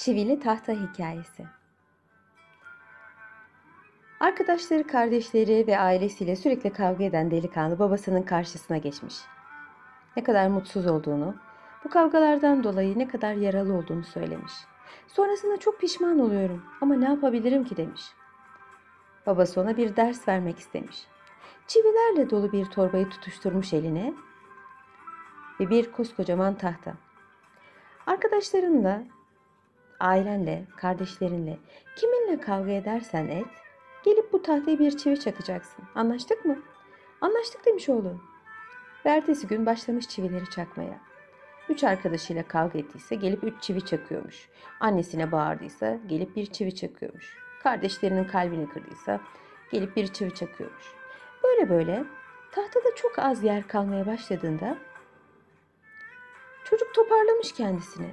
Çivili tahta hikayesi. Arkadaşları, kardeşleri ve ailesiyle sürekli kavga eden delikanlı babasının karşısına geçmiş. Ne kadar mutsuz olduğunu, bu kavgalardan dolayı ne kadar yaralı olduğunu söylemiş. Sonrasında çok pişman oluyorum ama ne yapabilirim ki demiş. Babası ona bir ders vermek istemiş. Çivilerle dolu bir torbayı tutuşturmuş eline ve bir koskocaman tahta. Arkadaşlarınla, ailenle, kardeşlerinle, kiminle kavga edersen et, gelip bu tahtaya bir çivi çakacaksın. Anlaştık mı? Anlaştık demiş oğlu. Ve ertesi gün başlamış çivileri çakmaya. 3 arkadaşıyla kavga ettiyse gelip 3 çivi çakıyormuş. Annesine bağırdıysa gelip bir çivi çakıyormuş. Kardeşlerinin kalbini kırdıysa gelip bir çivi çakıyormuş. Böyle böyle tahtada çok az yer kalmaya başladığında çocuk toparlamış kendisini.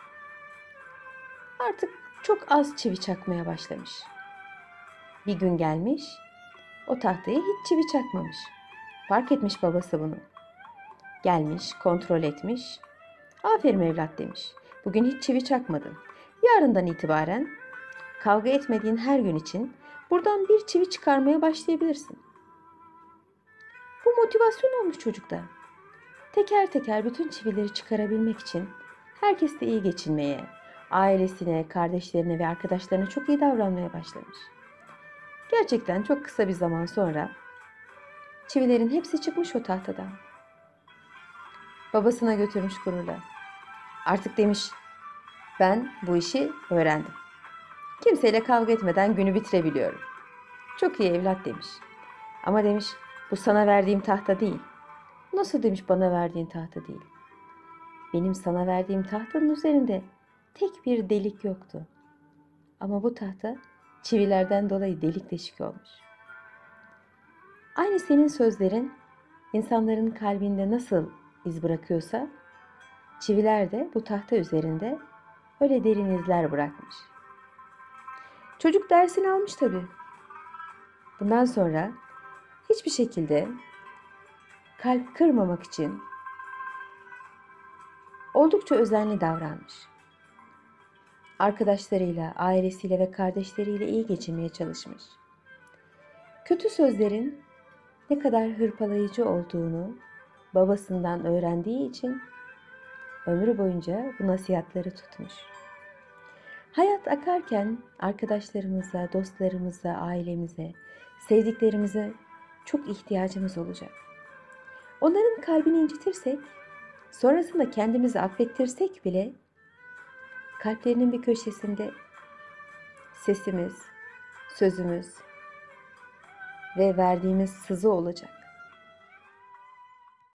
Artık çok az çivi çakmaya başlamış. Bir gün gelmiş, o tahtaya hiç çivi çakmamış. Fark etmiş babası bunu. Gelmiş, kontrol etmiş. Aferin evlat demiş. Bugün hiç çivi çakmadın. Yarından itibaren kavga etmediğin her gün için buradan bir çivi çıkarmaya başlayabilirsin. Bu motivasyon olmuş çocukta. Teker teker bütün çivileri çıkarabilmek için herkesle iyi geçinmeye, ailesine, kardeşlerine ve arkadaşlarına çok iyi davranmaya başlamış. Gerçekten çok kısa bir zaman sonra çivilerin hepsi çıkmış o tahtadan. Babasına götürmüş gururla. Artık demiş, ben bu işi öğrendim. Kimseyle kavga etmeden günü bitirebiliyorum. Çok iyi evlat demiş. Ama demiş, bu sana verdiğim tahta değil. Nasıl demiş bana verdiğin tahta değil. Benim sana verdiğim tahtanın üzerinde tek bir delik yoktu. Ama bu tahta çivilerden dolayı delik deşik olmuş. Aynı senin sözlerin insanların kalbinde nasıl iz bırakıyorsa, çiviler de bu tahta üzerinde öyle derin izler bırakmış. Çocuk dersini almış tabii. Bundan sonra hiçbir şekilde kalp kırmamak için oldukça özenli davranmış. Arkadaşlarıyla, ailesiyle ve kardeşleriyle iyi geçinmeye çalışmış. Kötü sözlerin ne kadar hırpalayıcı olduğunu babasından öğrendiği için ömrü boyunca bu nasihatleri tutmuş. Hayat akarken arkadaşlarımıza, dostlarımıza, ailemize, sevdiklerimize çok ihtiyacımız olacak. Onların kalbini incitirsek, sonrasında kendimizi affettirsek bile kalplerinin bir köşesinde sesimiz, sözümüz ve verdiğimiz sızı olacak.